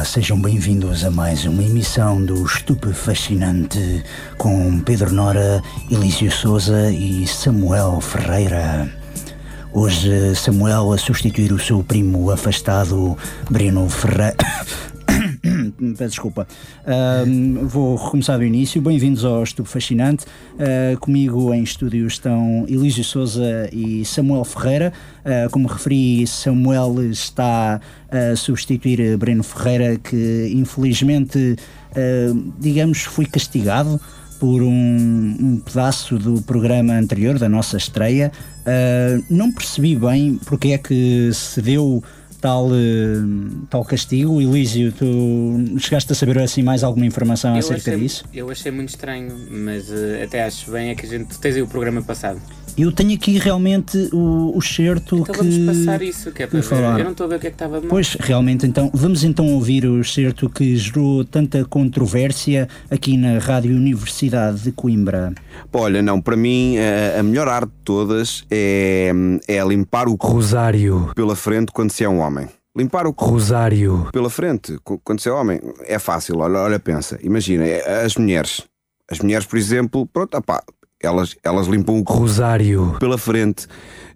sejam bem-vindos a mais uma emissão do Estupefascinante com Pedro Nora, Elísio Souza e Samuel Ferreira. Hoje Samuel a substituir o seu primo afastado Breno Ferreira. Peço desculpa. Vou recomeçar do início. Bem-vindos ao Estupefascinante. Comigo em estúdio estão Elísio Souza e Samuel Ferreira. Como referi, Samuel está a substituir Breno Ferreira, que infelizmente, digamos, foi castigado por um pedaço do programa anterior, da nossa estreia. Não percebi bem porque é que se deu tal castigo. Elísio, tu chegaste a saber assim mais alguma informação acerca disso? Eu achei muito estranho, mas até acho bem que tu tens aí o programa passado. Eu tenho aqui realmente o certo então que... vamos passar isso, que é para ver. Falar. Eu não estou a ver o que é que estava de mal. Pois, realmente, então, vamos então ouvir o certo que gerou tanta controvérsia aqui na Rádio Universidade de Coimbra. Olha, não, para mim a melhor arte de todas é limpar o rosário pela frente quando se é um homem. Limpar o rosário pela frente quando se é homem é fácil. Olha, pensa, imagina, as mulheres, por exemplo, pronto, opá, elas limpam o rosário pela frente.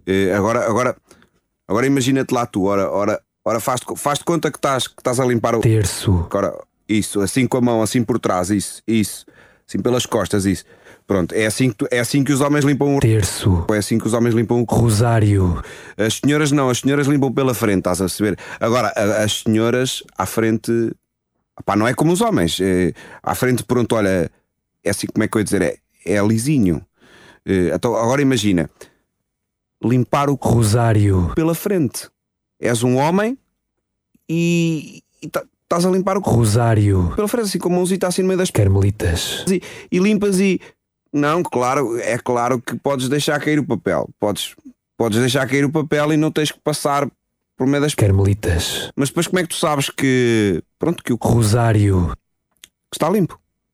Agora imagina-te lá tu, ora faz-te conta que estás a limpar o terço. Agora, isso, assim com a mão, assim por trás, isso, assim pelas costas, isso. Pronto, é assim que os homens limpam o terço. É assim que os homens limpam o rosário. As senhoras não, as senhoras limpam pela frente, estás a perceber? Agora, as senhoras à frente, pá, não é como os homens. À frente, pronto, olha, é assim, como é que eu ia dizer? É lisinho. Então, agora imagina, limpar o rosário pela frente. És um homem e estás a limpar o rosário pela frente, assim com a mãozita assim no meio das carmelitas. E limpas e... Não, claro, é claro que podes deixar cair o papel. Podes deixar cair o papel e não tens que passar por meio das carmelitas. Mas depois como é que tu sabes que... Pronto, que o rosário está limpo?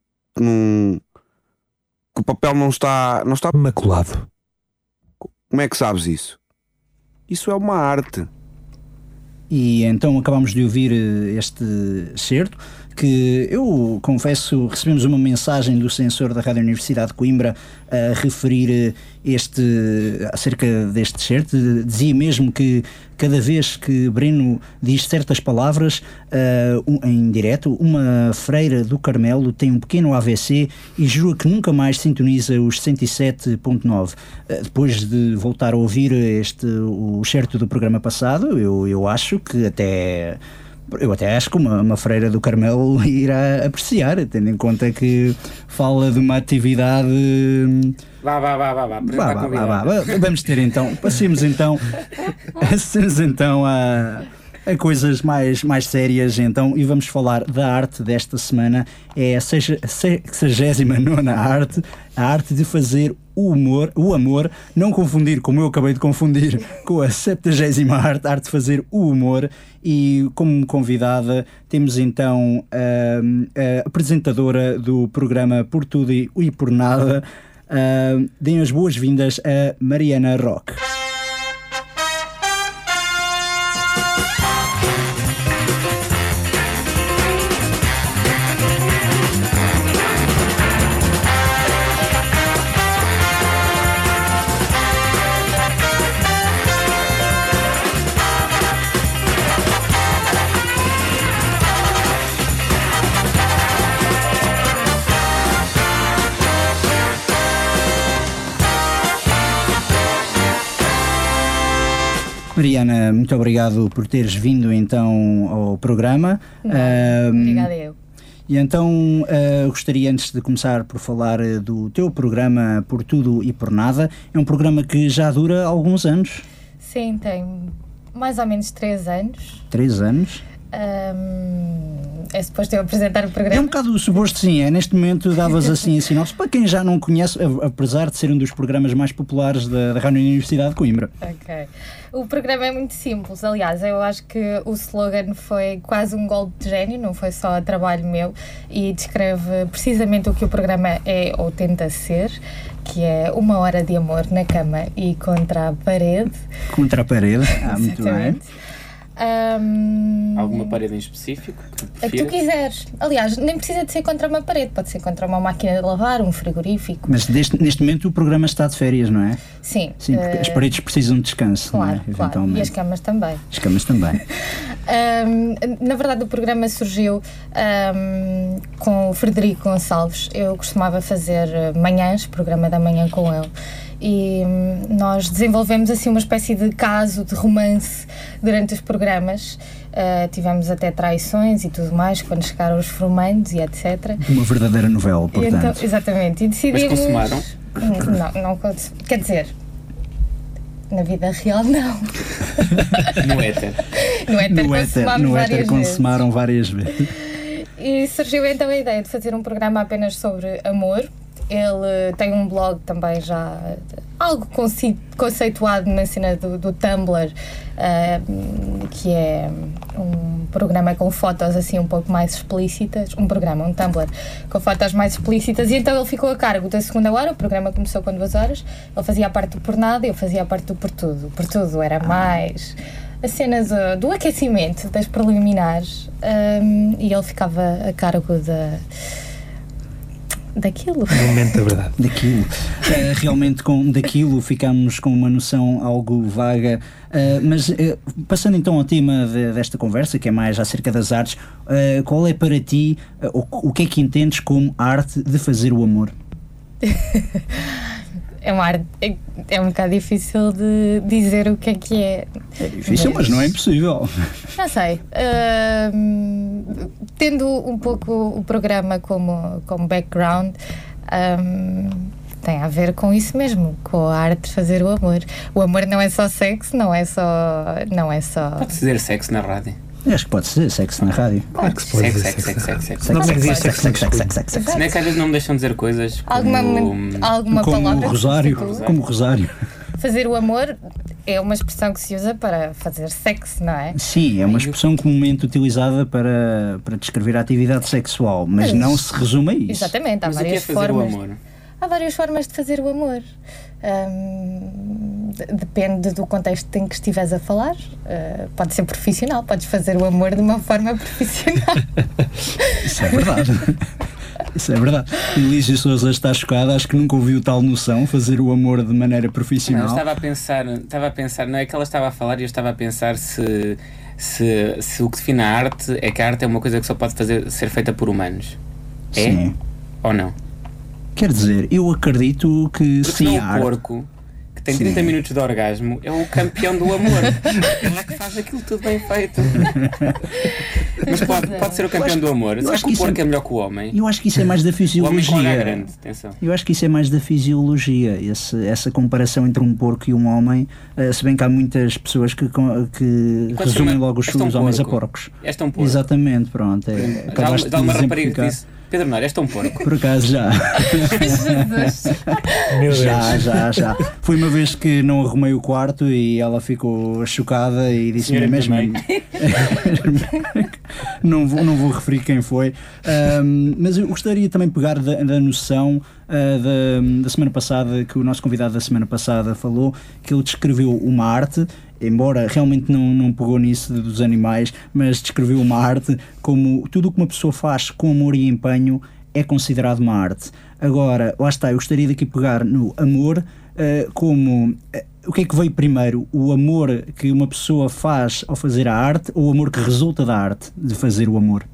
Que o papel não está maculado. Como é que sabes isso? Isso é uma arte. E então acabamos de ouvir este certo, que eu confesso, recebemos uma mensagem do censor da Rádio Universidade de Coimbra a referir acerca deste certo. Dizia mesmo que cada vez que Breno diz certas palavras em direto, uma freira do Carmelo tem um pequeno AVC e jura que nunca mais sintoniza os 107.9. Depois de voltar a ouvir o certo do programa passado, eu acho que eu até acho que uma freira do Carmelo irá apreciar, tendo em conta que fala de uma atividade... Vá. Vamos ter então, passemos então a coisas mais sérias então, e vamos falar da arte desta semana. É a 69ª arte, a arte de fazer o amor, não confundir, como eu acabei de confundir, com a 70ª arte de fazer o humor. E como convidada temos então a apresentadora do programa Por Tudo e Por Nada. Deem as boas-vindas a Mariana Roque. Mariana, muito obrigado por teres vindo então ao programa. Obrigada eu. E então gostaria, antes de começar, por falar do teu programa Por Tudo e Por Nada. É um programa que já dura alguns anos. Sim, tem mais ou menos 3 anos. 3 anos. É suposto eu apresentar o programa? É um bocado suposto, sim. Neste momento davas assim a sinopse. Para quem já não conhece, apesar de ser um dos programas mais populares da Rádio Universidade de Coimbra. Ok. O programa é muito simples. Aliás, eu acho que o slogan foi quase um golpe de gênio, não foi só trabalho meu, e descreve precisamente o que o programa é ou tenta ser, que é 1 hora de amor na cama e contra a parede. Contra a parede, muito bem. Alguma parede em específico A que tu quiseres. Aliás, nem precisa de ser contra uma parede, pode ser contra uma máquina de lavar, um frigorífico. Mas neste momento o programa está de férias, não é? Sim. Sim, porque as paredes precisam de descanso, Claro, não é? claro. E as camas também. As camas também. Na verdade, o programa surgiu com o Frederico Gonçalves. Eu costumava fazer manhãs, programa da manhã com ele. E nós desenvolvemos assim uma espécie de caso, de romance durante os programas. Tivemos até traições e tudo mais quando chegaram os formandos e etc. Uma verdadeira novela, portanto. Então, exatamente. E decidimos... Mas consumaram? Não quer dizer, na vida real não. No éter. No éter consumaram várias vezes. E surgiu então a ideia de fazer um programa apenas sobre amor. Ele tem um blog também já algo conceituado na cena do Tumblr, que é um programa com fotos assim um pouco mais explícitas, um Tumblr com fotos mais explícitas, e então ele ficou a cargo da segunda hora. O programa começou com 2 horas, ele fazia a parte do por nada e eu fazia a parte do por tudo. Por tudo era mais a cena do aquecimento, das preliminares, e ele ficava a cargo daquilo. No momento da verdade. Daquilo. Realmente daquilo ficámos com uma noção algo vaga, mas passando então ao tema desta conversa, que é mais acerca das artes, qual é para ti, o que é que entendes como arte de fazer o amor? É uma arte, é um bocado difícil de dizer o que é. É difícil, mas não é impossível. Não sei. Tendo um pouco o programa como background, tem a ver com isso mesmo, com a arte de fazer o amor. O amor não é só sexo, não é só. Pode-se dizer sexo na rádio? Eu acho que pode ser sexo na rádio. Claro que se pode dizer Sexo. Não me dizer sexo. Não é que às vezes não me deixam dizer coisas como... Alguma como palavra. Como rosário. Fazer o amor é uma expressão que se usa para fazer sexo, não é? Sim, é uma expressão comumente utilizada para descrever a atividade sexual, mas não se resume a isso. Exatamente, há Mas o que é várias fazer formas. o amor? Há várias formas de fazer o amor. Depende do contexto em que estiveres a falar. Pode ser profissional, podes fazer o amor de uma forma profissional. Isso é verdade. Isso é verdade. Elísio Sousa está chocada, acho que nunca ouviu tal noção, fazer o amor de maneira profissional. Não, eu estava a pensar, não é que ela estava a falar, e eu estava a pensar se o que define a arte é que a arte é uma coisa que só pode ser feita por humanos. É? Sim. Ou não? Quer dizer, eu acredito que porque sim, o a arte... porco que tem 30 minutos de orgasmo é o campeão do amor. Ele é que faz aquilo tudo bem feito. Mas pode ser o campeão do amor. Será que o porco é melhor que o homem? Eu acho que isso é mais da O homem com H fisiologia. grande, atenção. Eu acho que isso é mais da fisiologia, essa comparação entre um porco e um homem, se bem que há muitas pessoas que resumem logo os homens a porcos. És tão porco. Exatamente, pronto. Já uma rapariga que disse: Pedro Nora, és tão porco. Por acaso já. Meu Deus. Já. Foi uma vez que não arrumei o quarto e ela ficou chocada e disse-me mesmo. Não vou referir quem foi, mas eu gostaria também de pegar da noção da semana passada, que o nosso convidado da semana passada falou, que ele descreveu uma arte, embora realmente não pegou nisso dos animais, mas descreveu uma arte como tudo o que uma pessoa faz com amor e empenho é considerado uma arte. Agora, lá está, eu gostaria de aqui pegar no amor como... O que é que veio primeiro? O amor que uma pessoa faz ao fazer a arte ou o amor que resulta da arte de fazer o amor?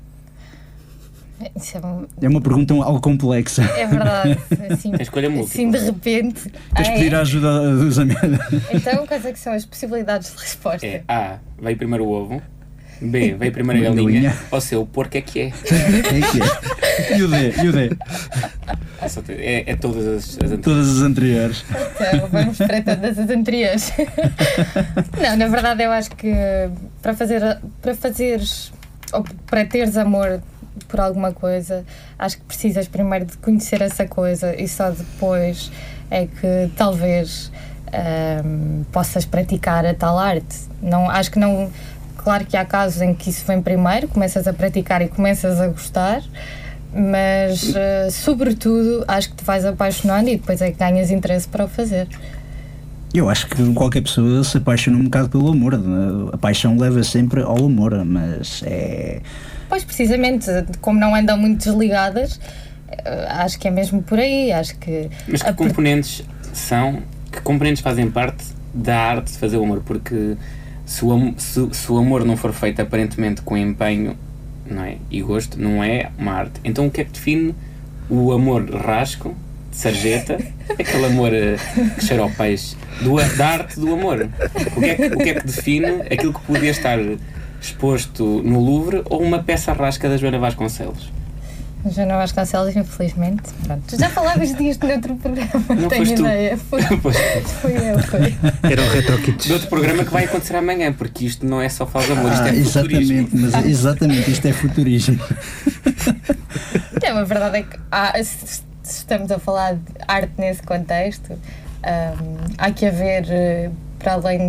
É uma pergunta algo complexa. É verdade. Assim, escolha múltipla. Assim de repente. Tens de pedir a ajuda dos amigos. Então, quais é que são as possibilidades de resposta? É A, veio primeiro o ovo. B, veio primeiro a galinha. Ou C, o porco é que é. É que é. E o D? É todas as anteriores. Todas as anteriores. Então, vamos para todas as anteriores. Não, na verdade eu acho que para fazeres ou para teres amor por alguma coisa, acho que precisas primeiro de conhecer essa coisa e só depois é que talvez possas praticar a tal arte. Não, acho que não... Claro que há casos em que isso vem primeiro, começas a praticar e começas a gostar, mas sobretudo acho que te vais apaixonando e depois é que ganhas interesse para o fazer. Eu acho que qualquer pessoa se apaixona um bocado pelo amor. A paixão leva sempre ao amor, mas é... Pois, precisamente, como não andam muito desligadas, acho que é mesmo por aí, acho que... Mas que componentes fazem parte da arte de fazer o amor? Porque se o amor não for feito aparentemente com empenho, não é? E gosto, não é uma arte. Então o que é que define o amor rasco, de sarjeta, aquele amor que cheira ao peixe, da arte do amor? O que é que define aquilo que podia estar exposto no Louvre ou uma peça rasca da Joana Vasconcelos? Joana Vasconcelos, infelizmente. Pronto. Já falavas disto noutro programa, não tenho ideia. Foi eu. Era um retro-kits. De outro programa que vai acontecer amanhã, porque isto não é só faz amor, isto é futurismo. Exatamente, isto é futurismo. Não, a verdade é que se estamos a falar de arte nesse contexto, há que haver, para além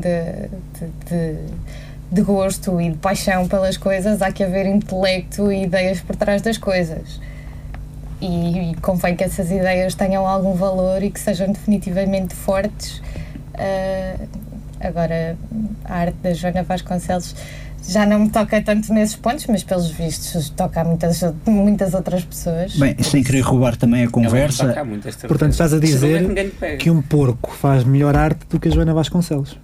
de gosto e de paixão pelas coisas, há que haver intelecto e ideias por trás das coisas. E convém que essas ideias tenham algum valor e que sejam definitivamente fortes. Agora, a arte da Joana Vasconcelos já não me toca tanto nesses pontos, mas pelos vistos toca a muitas outras pessoas. Bem, sem querer roubar também a conversa... Portanto, estás a dizer que um porco faz melhor arte do que a Joana Vasconcelos.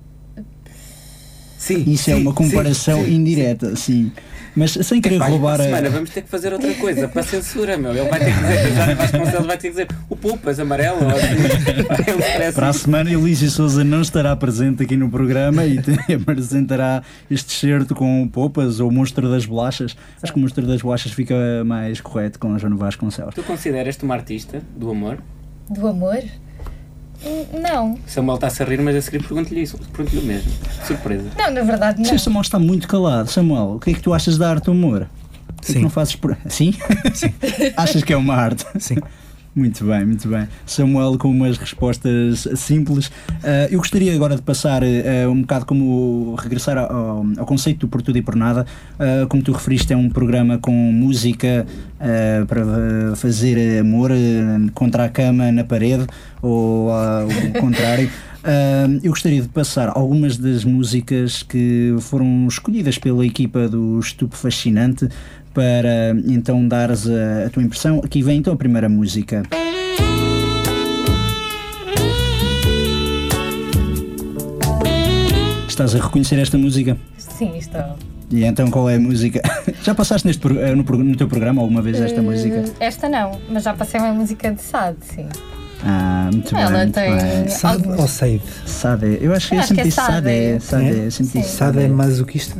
Sim, isso é uma comparação indireta, sim. Mas sem querer roubar semana vamos ter que fazer outra coisa para a censura, meu. Ele vai ter que dizer, já Vasconcelos vai ter que dizer o Poupas amarelo. Para a semana, Elísio Sousa não estará presente aqui no programa e apresentará este certo com o Poupas ou o Monstro das Bolachas. Acho que o Monstro das Bolachas fica mais correto com a Joana Vasconcelos. Tu consideras-te uma artista do amor? Do amor? Não. Samuel está-se a rir, mas a seguir pergunto-lhe o mesmo. Surpresa. Não, na verdade não. O Samuel está muito calado. Samuel, o que é que tu achas da arte do humor? Sim. Que não fazes por... Sim? Sim. Achas que é uma arte? Sim. Muito bem, muito bem. Samuel com umas respostas simples. Eu gostaria agora de passar um bocado como regressar ao conceito do Por Tudo e Por Nada. Como tu referiste, é um programa com música para fazer amor contra a cama na parede ou o contrário. Eu gostaria de passar algumas das músicas que foram escolhidas pela equipa do Estupefascinante para então dares a tua impressão. Aqui vem então a primeira música. Estás a reconhecer esta música? Sim, estou. E então qual é a música? Já passaste no teu programa alguma vez esta música? Esta não, mas já passei uma música de Sade, sim. Muito bem. Ela tem. Sade ou Sade? Sade. Eu acho que sempre disse Sade. Sade é masoquista?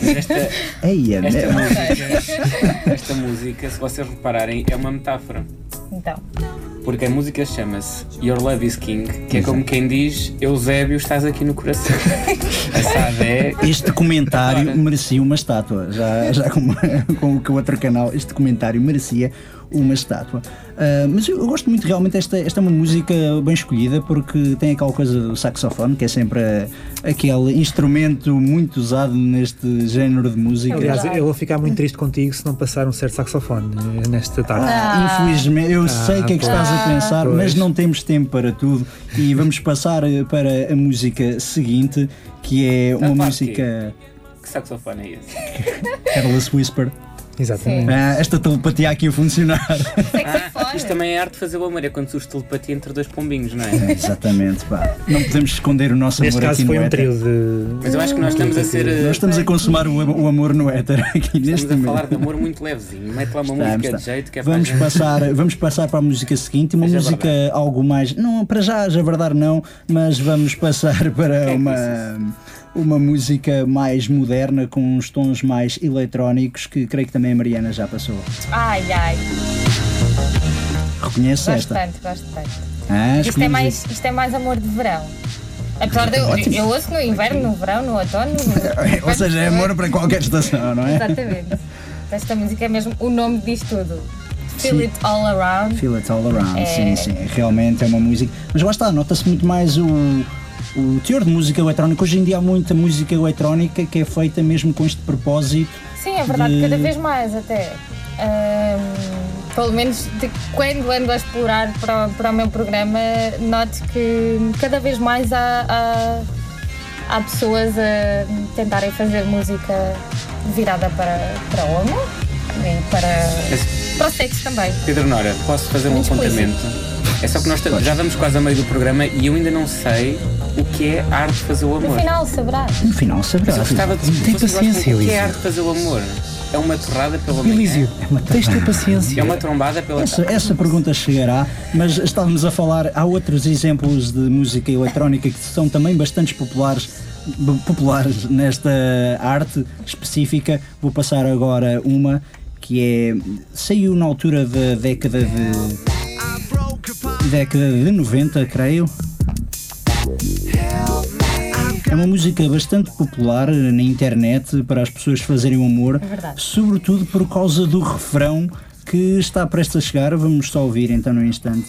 Esta música, se vocês repararem, é uma metáfora. Então. Porque a música chama-se Your Love is King, que é como quem diz Eusébio, estás aqui no coração. A Sade é... Este comentário merecia uma estátua. Já com o outro canal, este comentário merecia uma estátua. Mas eu gosto muito, realmente, esta é uma música bem escolhida porque tem aquela coisa do saxofone, que é sempre aquele instrumento muito usado neste género de música. Aliás, eu vou ficar muito triste contigo se não passar um certo saxofone nesta tarde. Infelizmente, eu sei o que é que estás a pensar, mas não temos tempo para tudo e vamos passar para a música seguinte, que é uma música... Que saxofone é esse? Careless Whisper. Exatamente. Esta telepatia aqui a funcionar. Isto também é arte de fazer o amor, é quando surge telepatia entre dois pombinhos, não é? Exatamente, pá. Não podemos esconder o nosso amor aqui no éter. Neste caso foi um trio de... Mas eu acho que nós estamos a ser... Nós estamos a consumar o amor no éter aqui neste momento. Estamos a falar de amor muito levezinho. Mete lá uma música de jeito que é vamos passar para a música seguinte. Uma música algo mais... Não, para já verdade não, mas vamos passar para uma música mais moderna, com uns tons mais eletrónicos, que creio que também a Mariana já passou. Ai. Reconhece esta? Gosto tanto. Isto é mais amor de verão. Apesar de eu ouço no inverno, no verão, no outono. Ou seja, é amor para qualquer estação, não é? Exatamente. Esta música é mesmo o nome diz tudo. Feel It All Around. Feel It All Around, sim. Realmente é uma música. Mas lá está, nota-se muito mais o teor de música eletrónica. Hoje em dia há muita música eletrónica que é feita mesmo com este propósito. Sim, é verdade, cada vez mais até. pelo menos quando ando a explorar para o meu programa, noto que cada vez mais há pessoas a tentarem fazer música virada para o amor e para o sexo também. Pedro Nora, posso fazer um apontamento? É só que nós já vamos quase a meio do programa e eu ainda não sei o que é a arte de fazer o amor. No final saberás. Eu gostava de ter paciência, o que é a arte de fazer o amor? É uma torrada pela manhã? Elísio, tens de ter paciência. É uma trombada pela essa pergunta chegará, mas estávamos a falar, há outros exemplos de música eletrónica que são também bastante populares nesta arte específica. Vou passar agora uma que saiu na altura da década de 90, creio. É uma música bastante popular na internet para as pessoas fazerem o amor, sobretudo por causa do refrão que está prestes a chegar. Vamos só ouvir então num instante.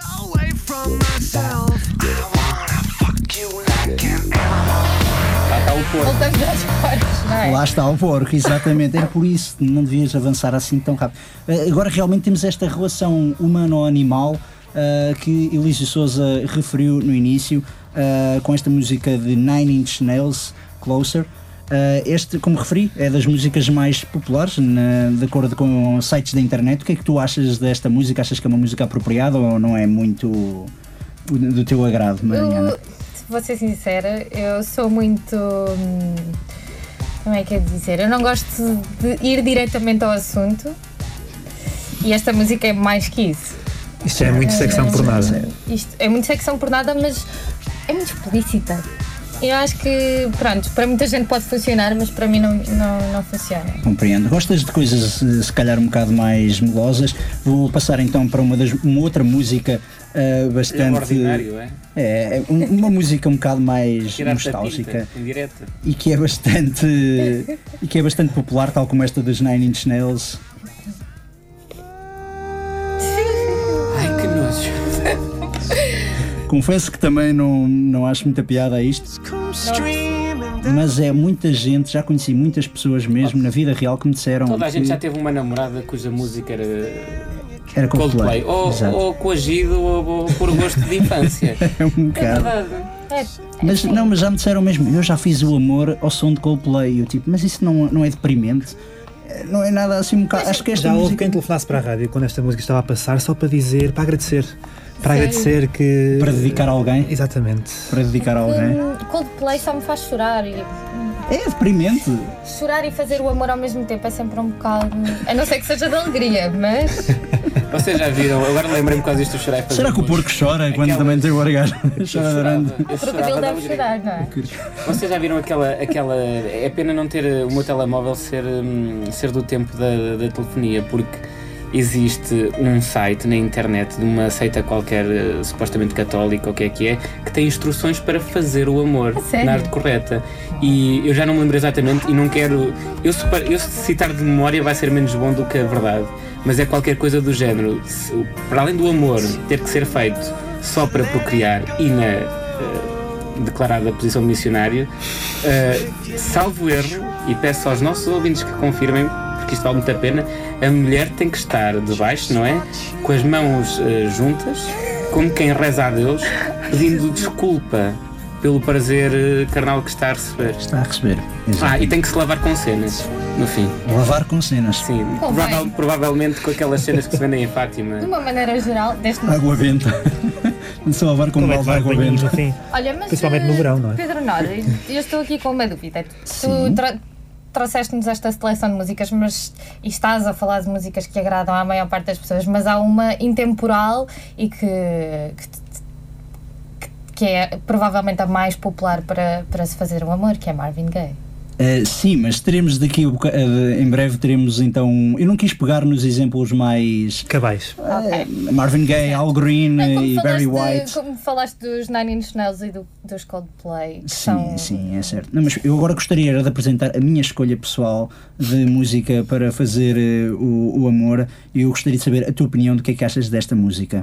Lá está o porco. Voltamos às cores, não é? Lá está o porco, exatamente. Era por isso que não devias avançar assim tão rápido. Agora realmente temos esta relação humano-animal que Elísio Sousa referiu no início, com esta música de Nine Inch Nails, Closer. Este, como referi, é das músicas mais populares, de acordo com sites da internet. O que é que tu achas desta música? Achas que é uma música apropriada ou não é muito do teu agrado, Mariana? Vou ser sincera, eu sou muito... como é que é de dizer? Eu não gosto de ir diretamente ao assunto e esta música é mais que isso. Isto é muito secção por nada. Isto é muito secção por nada, mas é muito explícita. Eu acho que, pronto, para muita gente pode funcionar, mas para mim não funciona. Compreendo. Gostas de coisas se calhar um bocado mais melosas? Vou passar então para uma outra música bastante... É ordinário, é? Uma música um bocado mais nostálgica. Indireta. E que é bastante popular, tal como esta dos Nine Inch Nails. Ai, que nojo. Confesso que também não acho muita piada a isto, mas é muita gente, já conheci muitas pessoas mesmo na vida real que me disseram. Toda a gente já teve uma namorada cuja música era Coldplay. Ou coagido ou por gosto de infância. É um bocado. É mas já me disseram mesmo, eu já fiz o amor ao som de Coldplay. Eu tipo, mas isso não é deprimente? Não é nada assim um bocado. Acho que esta já música... houve quem telefonasse para a rádio quando esta música estava a passar só para dizer, para agradecer. Para agradecer que... Para dedicar a alguém? Exatamente. Para dedicar a alguém. Coldplay só me faz chorar. É deprimente. Chorar e fazer o amor ao mesmo tempo é sempre um bocado... A não ser que seja de alegria, mas... Vocês já viram? Agora lembrei-me quase disto de chorar e fazer. Será que o porco chora quando também tem o orgasmo? Chora durante... O crocodilo deve chorar, não é? Vocês já viram aquela... É pena não ter o meu telemóvel ser do tempo da telefonia, porque... Existe um site na internet de uma seita qualquer, supostamente católica, ou o que é, que tem instruções para fazer o amor na arte correta. E eu já não me lembro exatamente e não quero... Eu se citar de memória vai ser menos bom do que a verdade, mas é qualquer coisa do género. Para além do amor ter que ser feito só para procriar e na declarada posição de missionário, salvo erro, e peço aos nossos ouvintes que confirmem, porque isto vale muito a pena, a mulher tem que estar debaixo, não é? Com as mãos juntas, como quem reza a Deus, pedindo desculpa pelo prazer carnal que está a receber. Está a receber, exatamente. E tem que se lavar com cenas, no fim. Lavar com cenas. Sim, provavelmente com aquelas cenas que se vendem em Fátima. De uma maneira geral, água benta. Se lavar com balde de água benta. Olha, mas principalmente no verão, não é? Pedro Nora, eu estou aqui com uma dúvida. Tu trouxeste-nos esta seleção de músicas, mas e estás a falar de músicas que agradam à maior parte das pessoas, mas há uma intemporal e que é provavelmente a mais popular para se fazer o amor, que é Marvin Gaye. Sim, mas teremos daqui em breve teremos então. Eu não quis pegar nos exemplos mais cabais. Marvin Gaye, Al Green e Barry White. Como falaste dos Nine Inch Nails e dos Coldplay. Sim, é certo. Não, mas eu agora gostaria de apresentar a minha escolha pessoal de música para fazer o amor, e eu gostaria de saber a tua opinião do que é que achas desta música.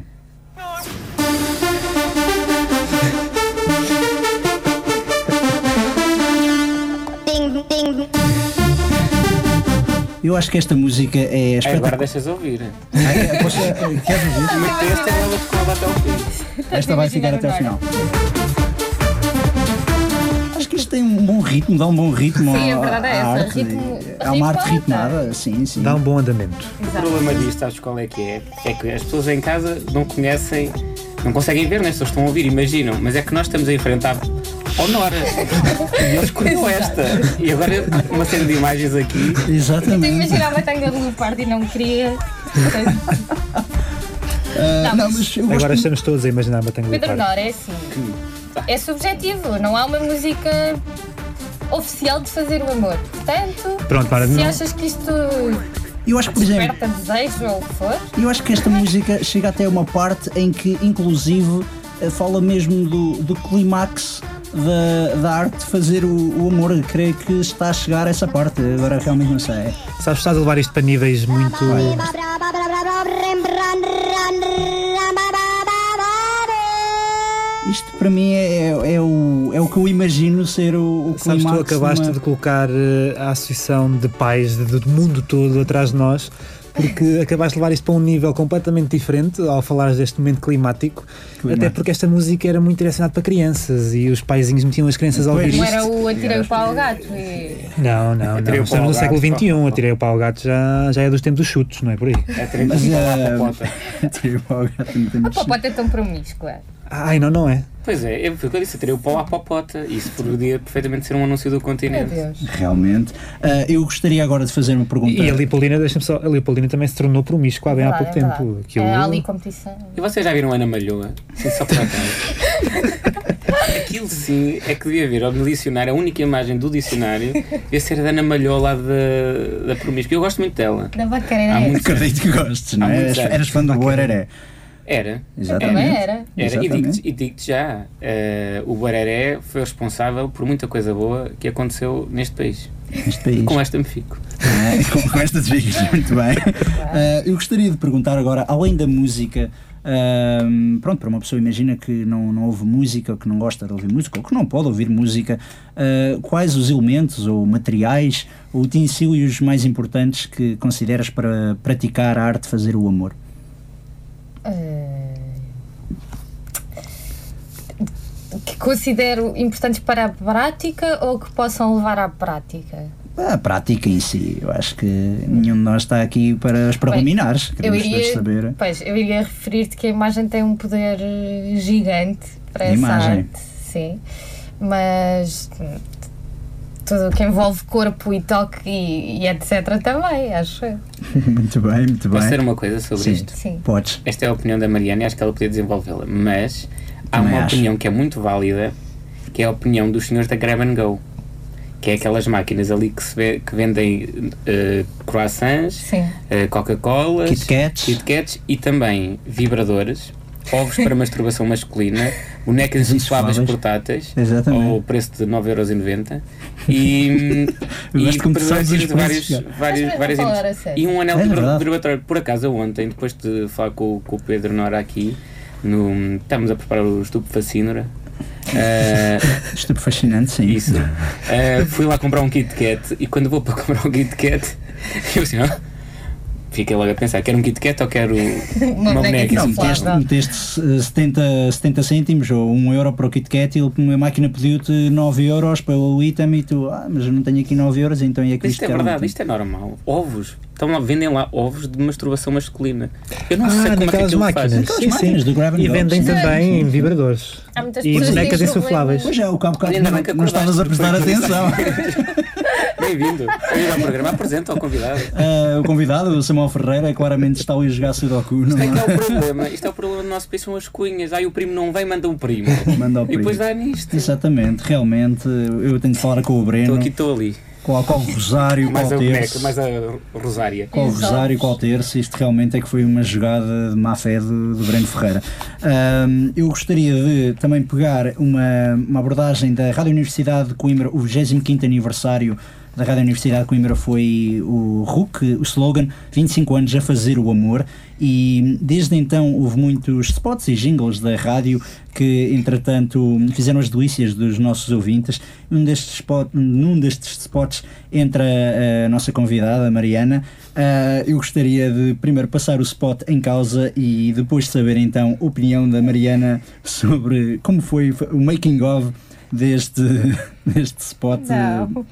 Eu acho que esta música é Agora espetacular. deixas ouvir. Queres ouvir? E esta ela ficou até ao fim. Esta vai ficar até ao final. Acho que isto tem um bom ritmo, dá um bom ritmo Sim, a à verdade é essa. arte. É uma arte ritmada, sim. Dá um bom andamento. O problema disto, sabes qual é que é? É que as pessoas em casa não conhecem, não conseguem ver, né? As pessoas estão a ouvir, imaginam, mas é que nós estamos a enfrentar ao Nora e eles escolheram esta. E agora uma série de imagens aqui. Eu Exatamente. imaginava a tanga do Leopardo e não queria. Não, mas eu gosto Agora estamos todos a imaginar a Batangue do Pedro Leopardo. Nora é assim. É subjetivo, não há uma música oficial de fazer o amor. Portanto, Pronto, para se não. achas que isto Eu acho que, por exemplo, desperta desejo ou o que for, eu acho que esta música chega até uma parte em que, inclusive, fala mesmo do clímax da arte de fazer o amor. Eu creio que está a chegar a essa parte. Agora realmente não sei. Sabes, estás a levar isto para níveis muito. Isto para mim é o que eu imagino ser o Sabes, clímax. tu acabaste de de colocar a associação de pais do mundo todo atrás de nós, porque acabaste de levar isto para um nível completamente diferente ao falares deste momento climático, até porque esta música era muito direcionada para crianças e os paizinhos metiam as crianças a ouvir não isto. era o atirei o pau ao gato e... Não, Atirei o pau estamos ao no século gato, XXI, atirei o pau ao gato já é dos tempos dos chutos, não é por aí? É três Mas, para a popota. A popota é tão promíscua. Ai, não é? Pois é, foi o que eu disse, tirei o pau à popota. Isso poderia perfeitamente ser um anúncio do Meu continente. Deus. Realmente. Eu gostaria agora de fazer uma pergunta. E a Leopoldina, deixa-me só, a Leopoldina também se tornou promíscua há bem há pouco Verdade, tempo. verdade. Aquilo- Há ali competição. E vocês já viram Ana Malhoa? Sim, só por acaso. Aquilo sim é que devia ver no dicionário, a única imagem do dicionário devia ser a da Ana Malhoa lá da Promíscua. Eu gosto muito dela. Da Há bacana. muito- Acredito que gostes, não Há é? muitos anos. Eras fã do Boereré. Era. Exatamente. Também era. E Exatamente. digo-te já, o Bareré foi responsável por muita coisa boa que aconteceu neste país. Neste país. Com esta me fico. Com estas dicas, muito bem. Eu gostaria de perguntar agora, além da música, pronto, para uma pessoa imagina que não ouve música, ou que não gosta de ouvir música, ou que não pode ouvir música, quais os elementos ou materiais ou utensílios mais importantes que consideras para praticar a arte de fazer o amor? Que considero importantes para a prática ou que possam levar à prática? A prática em si, eu acho que nenhum de nós está aqui para os preliminares, queremos todos saber. Eu iria referir-te que a imagem tem um poder gigante para essa Imagem. arte, sim, mas tudo o que envolve corpo e toque e etc. também, acho eu. Muito bem, muito Posso dizer bem. uma coisa sobre Sim. isto? Sim. Podes. Esta é a opinião da Mariana e acho que ela podia desenvolvê-la. Mas há Também uma acho. opinião que é muito válida, que é a opinião dos senhores da Grab and Go. Que é aquelas máquinas ali que vendem croissants, Sim. Coca-Colas, Kit Kats. e também vibradores, ovos para masturbação masculina, bonecas insufláveis portáteis, Exatamente. ao preço de 9,90€ e gosto como tu sabes os preservativos de preços, várias Mas falar a índices. sério. E um anel É de verdade. vibratório. Por acaso, eu ontem, depois de falar com o Pedro Nora aqui, estamos a preparar o Estupefacínora. Isto é fascinante, sim. Isso. Fui lá comprar um Kit Kat e quando vou para comprar um Kit Kat, eu assim, fiquei logo a pensar, quero um Kit Kat ou quero uma boneca Não, insuflável? meteste 70 cêntimos ou 1€ para o Kit Kat e a máquina pediu-te 9€ para o item e tu, mas eu não tenho aqui 9€, então é que Mas isto é verdade, isto é normal. Ovos. Estão lá, vendem lá ovos de masturbação masculina. Eu não sei como é que naquelas aquilo máquinas. faz. Aquelas máquinas do Grab and E Go, vendem sim. também Sim. vibradores. Há muitas E pessoas que têm bonecas insufláveis. Pois é, o cabo Ainda bem que não estavas a prestar acordaste, atenção. Bem-vindo. Bem-vindo ao programa. Apresenta ao convidado. O convidado, o Samuel Ferreira, claramente está ali a jogar Sudoku. Não Isto é que é é? o problema. Isto é o problema do nosso país, são as cunhas. Aí o primo não vem, manda o primo. Manda ao E depois primo. dá nisto. Exatamente, realmente, eu tenho de falar com o Breno, Estou aqui, estou ali. qual o Rosário, Mais qual a boneca, terço. mais a Rosária. Qual o Rosário, qual terço, isto realmente é que foi uma jogada de má fé do Breno Ferreira. Eu gostaria de também pegar uma abordagem da Rádio Universidade de Coimbra, o 25º aniversário da Rádio Universidade de Coimbra foi o RUC, o slogan 25 anos a fazer o amor, e desde então houve muitos spots e jingles da rádio que entretanto fizeram as delícias dos nossos ouvintes. Num destes spots entra a nossa convidada, a Mariana. Eu gostaria de primeiro passar o spot em causa e depois saber então a opinião da Mariana sobre como foi o making of deste spot. Não.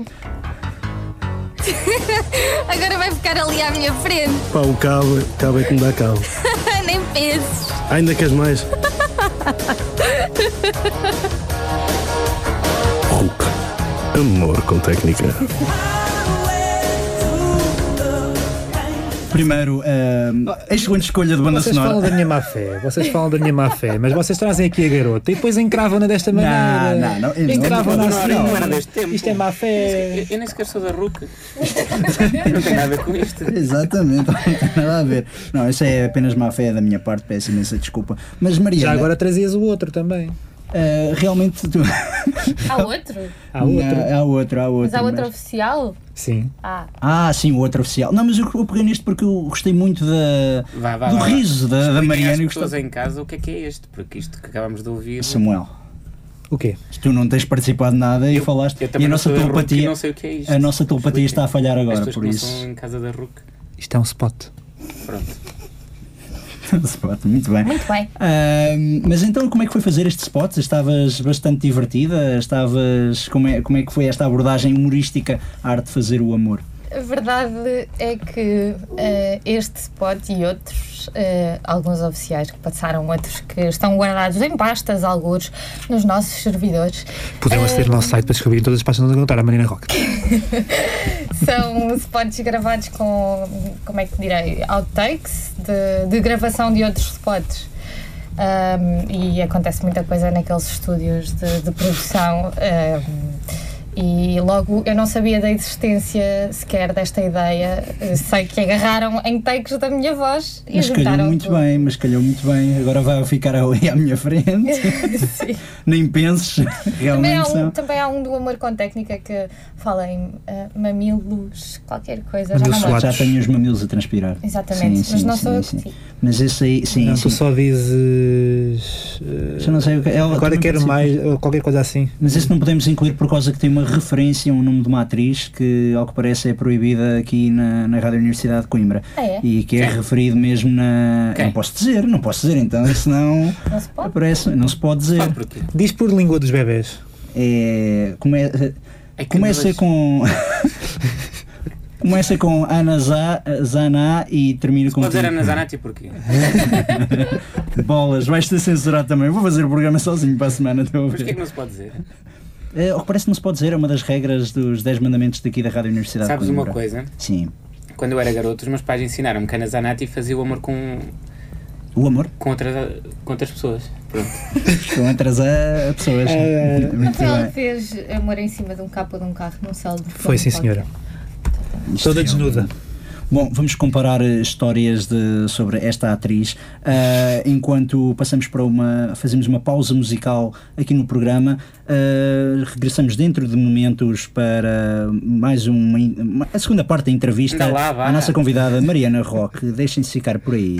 Agora vai ficar ali à minha frente. Pá, o cabo é que me dá cabo. Nem penses. Ainda queres mais? RUC. Amor com técnica. Primeiro, a excelente escolha de banda Vocês sonora. falam da minha má fé, mas vocês trazem aqui a garota e depois encravam-na desta maneira. Não, Encravam-na assim. Não era deste tempo. Isto é má fé. Eu nem sequer sou da RUC. Não tem nada a ver com isto. Exatamente, não tem nada a ver. Não, isso é apenas má fé da minha parte, peço imensa desculpa. Mas Mariana, Já agora trazias o outro também. realmente tu... Há outro? Há outro. Há outro. Mas há outro oficial? Sim. Sim, o outro oficial. Não, mas eu peguei neste porque eu gostei muito do Vá. riso da Expliquem Mariana. às E pessoas gostei. em casa o que é este, porque isto que acabamos de ouvir. Samuel, O quê? tu não tens participado de nada e falaste. Eu E também a não nossa sou da RUC e telepatia, não sei o que é isto. a nossa telepatia está a falhar As agora, pessoas por que não isso. são em casa da RUC. Isto é um spot. Pronto. Spot, muito bem. Muito bem. Mas então como é que foi fazer este spot? Estavas bastante divertida? Como é que foi esta abordagem humorística à arte de fazer o amor? A verdade é que este spot e outros, alguns oficiais que passaram, outros que estão guardados em pastas, alguns nos nossos servidores. Podem aceder no nosso site para descobrir todas as pastas onde encontrar a Marina Roca. São spots gravados com, como é que direi, outtakes de gravação de outros spots. E acontece muita coisa naqueles estúdios de produção. E logo eu não sabia da existência sequer desta ideia. Sei que agarraram em takes da minha voz e Mas calhou juntaram muito tudo. bem, agora vai ficar ali à minha frente. Sim. Nem penses, realmente Também há um do Amor com Técnica que fala em mamilos, qualquer coisa. Mamilos já não me lembro. Já tenho os mamilos a transpirar. Exatamente, Sim, mas sim, não sim, sou eu sim. que digo. Mas esse aí, sim, Não, sim. tu só dizes. Já não sei o que ela Agora também quero pode ser. mais, ou qualquer coisa assim. Mas esse não podemos incluir por causa que tem uma referência a um nome de uma atriz que, ao que parece, é proibida aqui na Rádio Universidade de Coimbra. É? E que é referido mesmo na... Quem? Não posso dizer então, senão Não se pode? aparece, não se pode dizer. Fala porquê. Diz por língua dos bebés. É que Começa nós- com... Começa com Ana Zaná e termina com... Pode dizer Ana Zanatti porquê? Bolas, vais ser censurado também. Vou fazer o programa sozinho para a semana. Estou a Mas porquê ver. que não se pode dizer? Ao que parece não se pode dizer, é uma das regras dos 10 mandamentos daqui da Rádio Universidade Sabes de uma Coimbra. coisa? Sim. Quando eu era garoto, os meus pais ensinaram-me que a Ana Zanatti fazia o amor com O amor outras pessoas. Pronto. com outras pessoas. Não Muito foi ela bem. que fez amor em cima de um capô de um carro num célebre filme Foi, sim, senhora. Isto Toda é desnuda. Bom, vamos comparar histórias sobre esta atriz enquanto fazemos uma pausa musical aqui no programa. Regressamos dentro de momentos para mais a segunda parte da entrevista Anda lá, vá. à nossa convidada Mariana Roque. Deixem-se ficar por aí.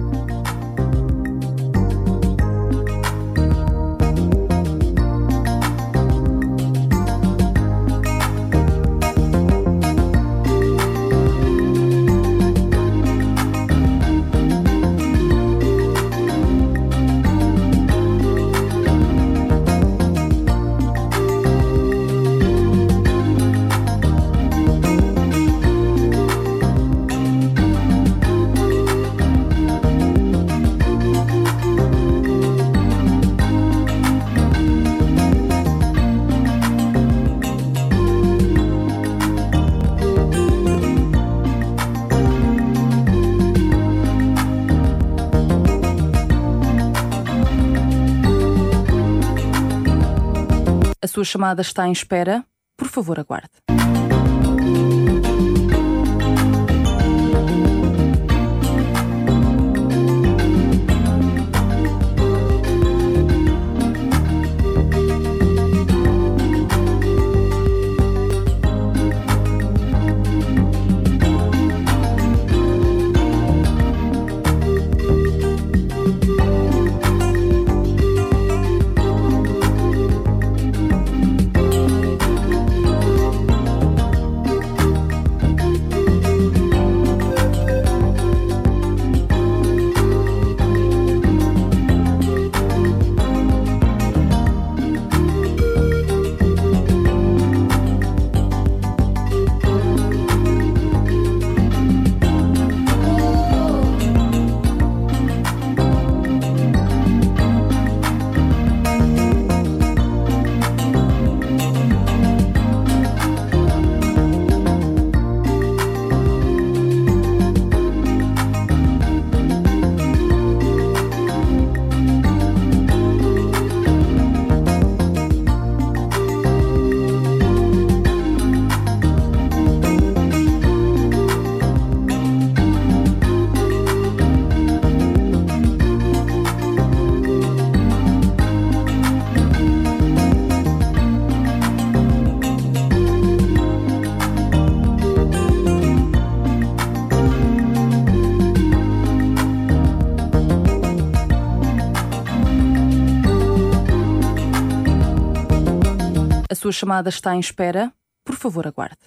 A sua chamada está em espera. Por favor, aguarde. A sua chamada está em espera. Por favor, aguarde.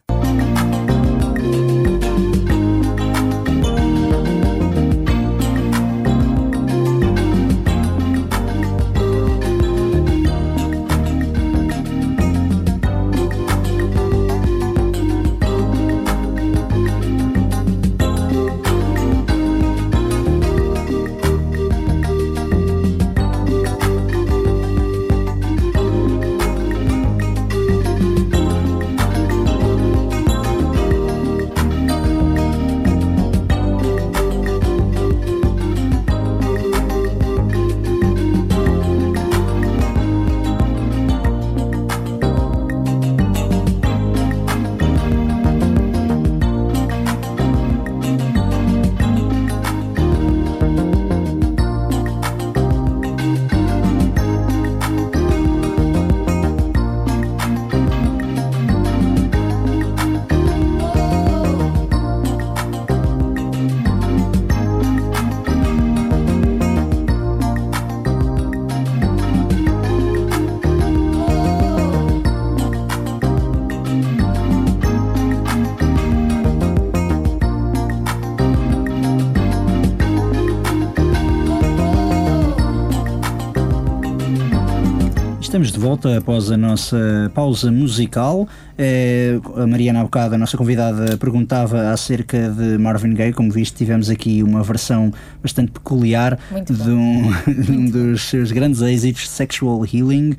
Estamos de volta após a nossa pausa musical. A Mariana, há bocado, a nossa convidada, perguntava acerca de Marvin Gaye. Como viste, tivemos aqui uma versão bastante peculiar de um dos seus grandes êxitos, Sexual Healing.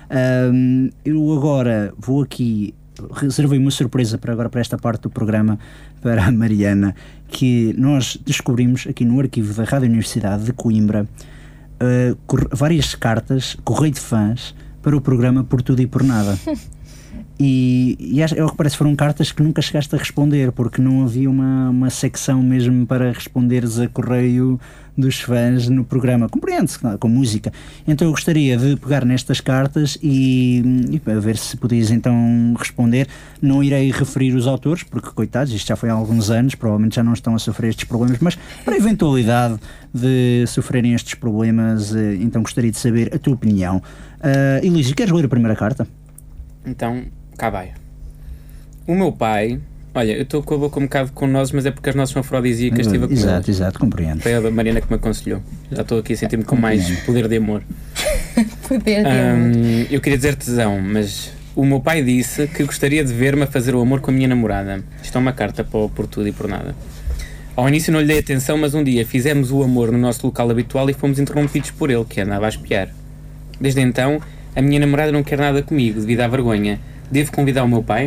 Eu agora vou aqui, reservei uma surpresa para esta parte do programa para a Mariana, que nós descobrimos aqui no arquivo da Rádio Universidade de Coimbra várias cartas, correio de fãs, para o programa Por Tudo e Por Nada. E ao que parece foram cartas que nunca chegaste a responder, porque não havia uma secção mesmo para responderes a correio dos fãs no programa. Compreende-se, com música. Então eu gostaria de pegar nestas cartas e para ver se podias então responder. Não irei referir os autores, porque coitados, isto já foi há alguns anos, provavelmente já não estão a sofrer estes problemas, mas para a eventualidade de sofrerem estes problemas, então gostaria de saber a tua opinião. Elísio, queres ler a primeira carta? Então, cá vai. O meu pai... Olha, eu estou com a boca um bocado com nozes, mas é porque as nozes são afrodisíacas, estive a comer. Exato, compreendo. Foi a Mariana que me aconselhou. Já estou aqui a sentir-me com mais poder de amor. Poder de amor. Eu queria dizer tesão, mas o meu pai disse que gostaria de ver-me a fazer o amor com a minha namorada. Isto é uma carta para o Por Tudo e Por Nada. Ao início não lhe dei atenção, mas um dia fizemos o amor no nosso local habitual e fomos interrompidos por ele, que andava a espiar. Desde então, a minha namorada não quer nada comigo, devido à vergonha. Devo convidar o meu pai?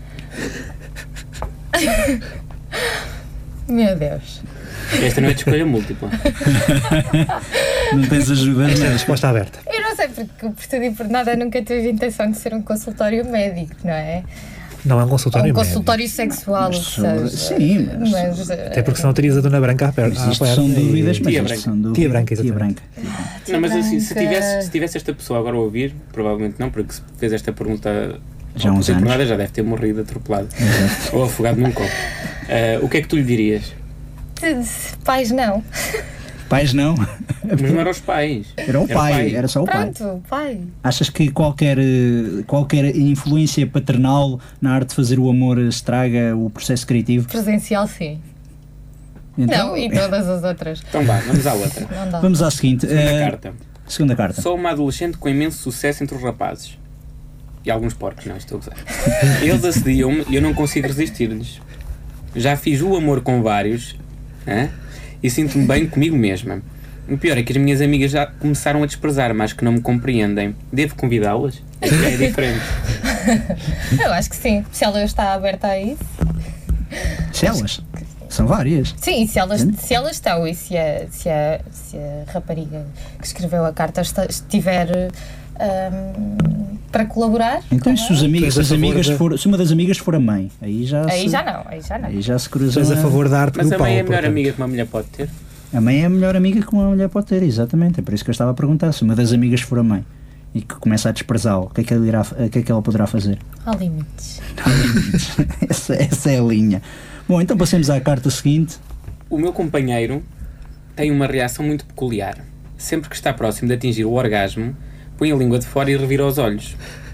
Meu Deus. Esta não é de escolha múltipla. Não tens ajuda, Esta é a resposta aberta. Eu não sei, porque Por Tudo e Por Nada nunca teve intenção de ser um consultório médico, não é? Não é um consultório médico. Um médico. consultório sexual, sim, mas até porque senão terias a Dona Branca a perto. Isto são dúvidas, mas Tia isto Branca. são dúvidas. Tia Branca, Tia exatamente. Branca. Não, mas assim, se tivesse esta pessoa agora a ouvir, provavelmente não, porque se fez esta pergunta já há uns anos, já deve ter morrido atropelado ou afogado num copo. O que é que tu lhe dirias? Pais não. Pais não? Mas não eram os pais. Era o pai, era só o pai. Pronto, pai. Achas que qualquer influência paternal na arte de fazer o amor estraga o processo criativo? Presencial, sim. Então, não, e todas as outras. Então vá, vamos à outra. Não dá. Vamos à seguinte. Segunda carta. Sou uma adolescente com imenso sucesso entre os rapazes. E alguns porcos, não, estou a gozar. Eles assediam-me e eu não consigo resistir-lhes. Já fiz o amor com vários, e sinto-me bem comigo mesma. O pior é que as minhas amigas já começaram a desprezar, mas que não me compreendem. Devo convidá-las? É diferente. Eu acho que sim. Se ela está aberta a isso. Se elas? São várias. Sim, se elas estão e se a rapariga que escreveu a carta estiver para colaborar. Então, se uma das amigas for a mãe, aí já não. Aí já se cruzam. Mas a favor da arte Mas grupal. a mãe é a melhor amiga que uma mulher pode ter? A mãe é a melhor amiga que uma mulher pode ter, exatamente. É por isso que eu estava a perguntar. Se uma das amigas for a mãe e que começa a desprezá-lo, o que é que ela poderá fazer? Há limites. Há limites. Essa é a linha. Bom, então passemos à carta seguinte. O meu companheiro tem uma reação muito peculiar. Sempre que está próximo de atingir o orgasmo, põe a língua de fora e revira os olhos.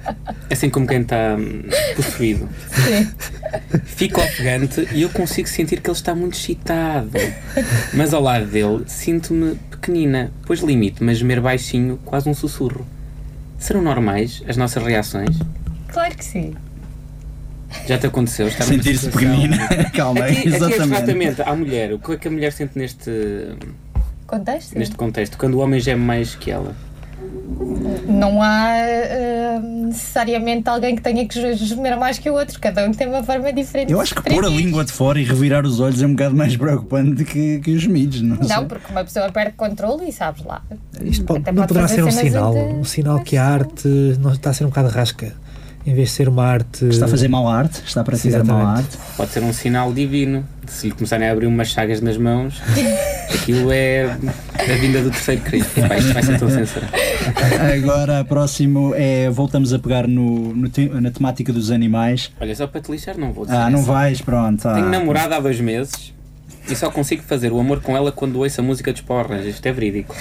Assim como quem está possuído. Sim. Fico ofegante e eu consigo sentir que ele está muito excitado. Mas ao lado dele sinto-me pequenina, pois limite-me a gemer baixinho, quase um sussurro. Serão normais as nossas reações? Claro que sim. Já te aconteceu? Estar numa Sentir-se situação- pequenina. Calma, Aqui é exatamente. exatamente à mulher. O que é que a mulher sente neste Contexto? quando o homem geme mais que ela? Não há necessariamente alguém que tenha que gemer mais que o outro. Cada um tem uma forma diferente. Eu de acho que se pôr a exprimir. língua de fora e revirar os olhos é um bocado mais preocupante que os gemidos, não sei. Não, porque uma pessoa perde controle e sabes lá. Isto Até não poderá fazer ser um cenas sinal. entre- Um sinal que a arte não está a ser um bocado rasca. Em vez de ser uma arte. Está a fazer mal arte, está a praticar mal Exatamente. arte. Pode ser um sinal divino. Se lhe começarem a abrir umas chagas nas mãos, aquilo é a vinda do terceiro Cristo. Isto vai ser tão censura. Agora, próximo é. Voltamos a pegar na temática dos animais. Olha, só para te lixar, não vou dizer. Ah, não essa. vais, pronto. Tenho namorada há 2 meses e só consigo fazer o amor com ela quando ouço a música dos Power Rangers. Isto é verídico.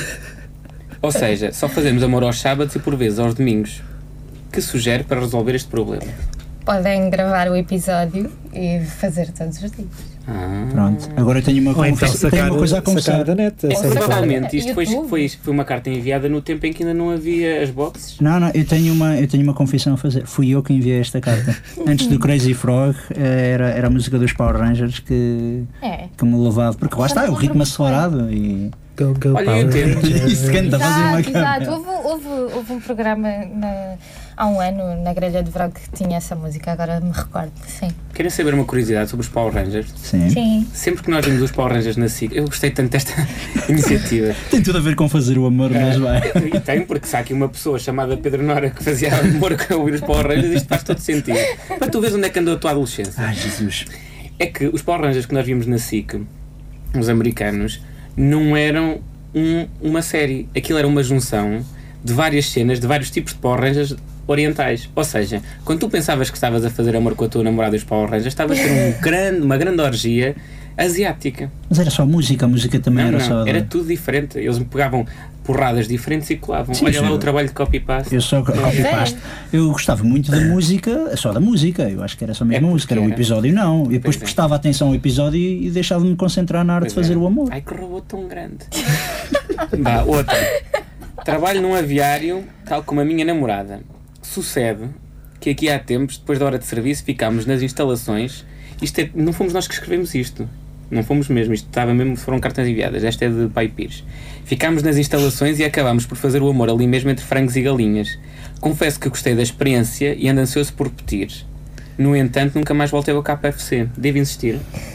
Ou seja, só fazemos amor aos sábados e por vezes aos domingos. Que sugere para resolver este problema? Podem gravar o episódio e fazer todos os dias. Pronto. Agora eu tenho uma, Ou então tenho uma coisa a sacar confessar. da net. É, a série provavelmente isto YouTube. foi uma carta enviada no tempo em que ainda não havia as boxes. Não, eu tenho uma confissão a fazer. Fui eu que enviei esta carta. Antes do Crazy Frog, era a música dos Power Rangers que me levava. Porque lá está, o ritmo acelerado e. Go, go, Olha, Power eu entendo. Rangers. Isso canta a fazer uma Exato. câmera. Houve um programa há um ano na Grelha de Verão que tinha essa música, agora me recordo. Sim. Querem saber uma curiosidade sobre os Power Rangers? Sim. Sim. Sempre que nós vimos os Power Rangers na SIC, eu gostei tanto desta iniciativa. Tem tudo a ver com fazer o amor, mas vai. E tem, porque se há aqui uma pessoa chamada Pedro Nora que fazia amor com ouvir os Power Rangers, isto faz todo sentido. Para tu veres onde é que andou a tua adolescência. Ai, Jesus. É que os Power Rangers que nós vimos na SIC, os americanos, não eram uma série. Aquilo era uma junção de várias cenas, de vários tipos de Power Rangers orientais. Ou seja, quando tu pensavas que estavas a fazer amor com a tua namorada e os Power Rangers, estavas a ter uma grande orgia asiática. Mas era só música, a música também Não, era só. era tudo diferente. Eles me pegavam porradas diferentes e colavam. Sim, Olha lá sim. o trabalho de copy-paste. Eu só copy-paste. Eu gostava muito da música, só da música. Eu acho que era só mesmo É, música, era o era. episódio não. E depois Pois é. prestava atenção ao episódio e deixava de me concentrar na arte de Pois fazer é. o amor. Ai, que robô tão grande. Vá, outra. Trabalho num aviário, tal como a minha namorada. Sucede que aqui há tempos, depois da hora de serviço, ficámos nas instalações. Não fomos nós que escrevemos isto. Não fomos mesmo. Isto estava mesmo, foram cartas enviadas. Esta é de Pai Pires. Ficámos nas instalações e acabámos por fazer o amor ali mesmo entre frangos e galinhas. Confesso que gostei da experiência e ando ansioso por repetir. No entanto, nunca mais voltei ao KFC. Devo insistir?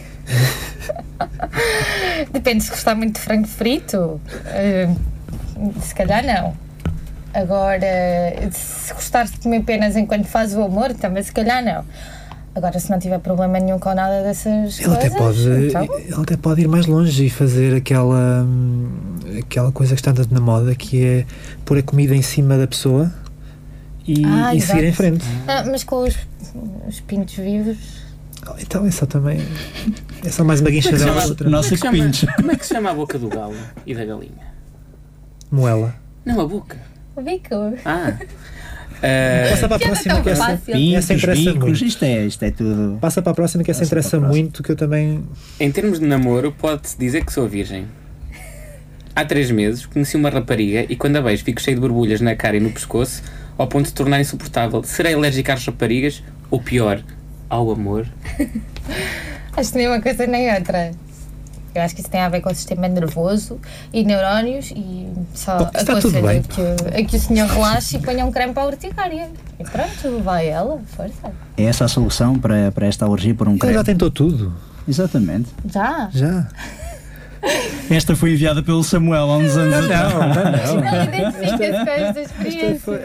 Depende, se gostar muito de frango frito, se calhar não. Agora, se gostar de comer penas enquanto faz o amor, também se calhar não. Agora, se não tiver problema nenhum com nada dessas Ele coisas... até pode ir mais longe e fazer aquela coisa que está na moda, que é pôr a comida em cima da pessoa e seguir em exato. frente. Mas com os pintos vivos... Então é só mais uma guinchadela chama- da outra. Nossa, que pinche. Como é que se chama a boca do galo e da galinha? Moela. Não, a boca. O bico. Passa para a Que é próxima, tão que essa fácil. Pintos, interessa bicos, muito. isto é tudo. Passa para a próxima, que essa Passa para a interessa próxima. muito, que eu também... Em termos de namoro, pode-se dizer que sou virgem. Há 3 meses conheci uma rapariga e quando a beijo fico cheio de borbulhas na cara e no pescoço ao ponto de se tornar insuportável. Serei alérgica às raparigas ou pior, ao amor? Acho que nem uma coisa nem outra. Eu acho que isso tem a ver com o sistema nervoso e neurónios e só Pô, está tudo bem. que o senhor relaxe e ponha um creme para a urticária. E pronto, vai ela, força. É essa a solução para esta alergia por um Ele creme? já tentou tudo. Exatamente. Já? Já. Esta foi enviada pelo Samuel há uns anos atrás. Ele identifica-se com esta experiência.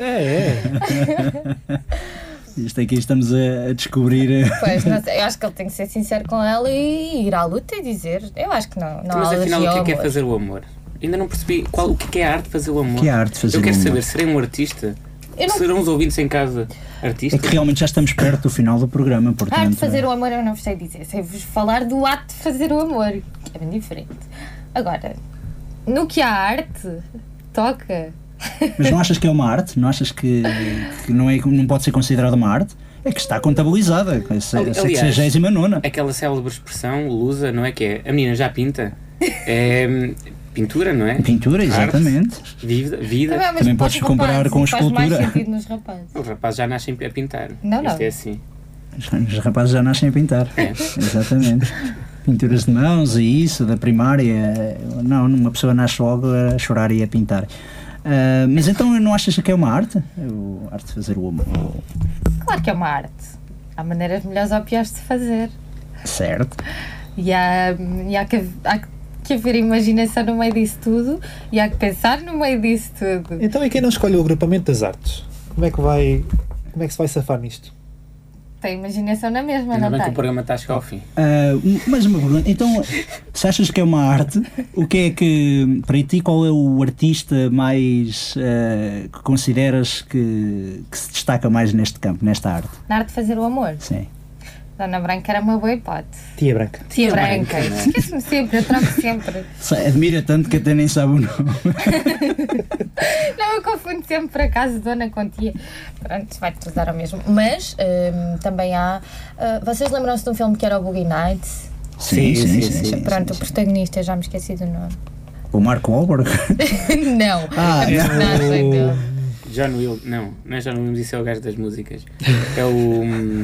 Isto aqui estamos a descobrir. Pois, não sei, eu acho que ele tem que ser sincero com ela e ir à luta e dizer. Eu acho que não Mas há afinal, alergia o ao que é amor. fazer o amor? Ainda não percebi o que é a arte de fazer o amor. Que é a arte de fazer Eu quero o amor? saber, serei um artista? Eu não- Serão os ouvintes em casa É artistas? que realmente já estamos perto do final do programa, A portanto. arte de fazer o amor eu não vos sei dizer. Sei-vos falar do ato de fazer o amor, que é bem diferente. Agora, no que a arte toca, Mas não achas que é uma arte? Não achas que não pode ser considerada uma arte? É que está contabilizada, com a 69ª. Aquela célebre expressão lusa, não é que é? A menina já pinta. É pintura, não é? Pintura, exatamente. Arte, vida. Também podes comparar com a escultura. Faz mais sentido nos rapazes. Os rapazes já nascem a pintar. Não. Isto é assim. Os rapazes já nascem a pintar. É. Exatamente. Pinturas de mãos e isso, da primária. Não, uma pessoa nasce logo a chorar e a pintar. Mas então não achas que é uma arte? A arte de fazer o amor? Claro que é uma arte. Há maneiras melhores ou piores de fazer. Certo. E há que haver imaginação no meio disso tudo e há que pensar no meio disso tudo. Então e quem não escolhe o agrupamento das artes? Como é que se vai safar nisto? Tem imaginação na mesma, Ainda não bem tem? que o programa está a chegar ao fim. Mais uma pergunta. Então, se achas que é uma arte, o que é que, para ti, qual é o artista mais que consideras que se destaca mais neste campo, nesta arte? Na arte de fazer o amor. Sim. Dona Branca era uma boa hipótese. Tia Branca. Tia Branca. Esqueço-me sempre, eu troco sempre. Admira tanto que até nem sabe o nome. Não, eu confundo sempre por acaso Dona com Tia. Pronto, vai-te usar ao mesmo. Mas também há... vocês lembram-se de um filme que era o Boogie Nights? Sim. Pronto, o protagonista, eu já me esqueci do nome. O Mark Wahlberg? Não, a personagem dele. John Williams. Não é John Williams, isso é o gajo das músicas. É o...